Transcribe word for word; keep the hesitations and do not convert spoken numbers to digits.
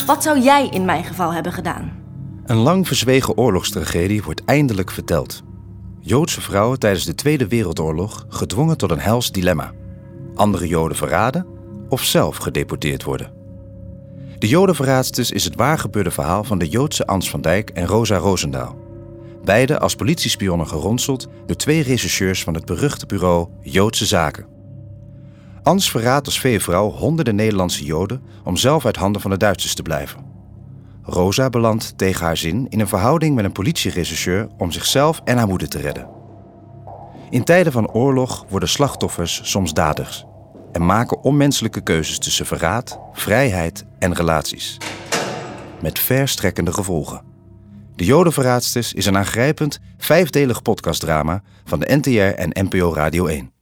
Wat zou jij in mijn geval hebben gedaan? Een lang verzwegen oorlogstragedie wordt eindelijk verteld. Joodse vrouwen tijdens de Tweede Wereldoorlog gedwongen tot een hels dilemma. Andere Joden verraden of zelf gedeporteerd worden. De Jodenverraadsters is het waargebeurde verhaal van de Joodse Ans van Dijk en Rosa Rosendaal. Beide als politiespionnen geronseld door twee rechercheurs van het beruchte bureau Joodse Zaken. Ans verraadt als veevrouw honderden Nederlandse Joden om zelf uit handen van de Duitsers te blijven. Rosa belandt tegen haar zin in een verhouding met een politierechercheur om zichzelf en haar moeder te redden. In tijden van oorlog worden slachtoffers soms daders en maken onmenselijke keuzes tussen verraad, vrijheid en relaties. Met verstrekkende gevolgen. De Jodenverraadsters is een aangrijpend, vijfdelig podcastdrama van de N T R en N P O Radio één.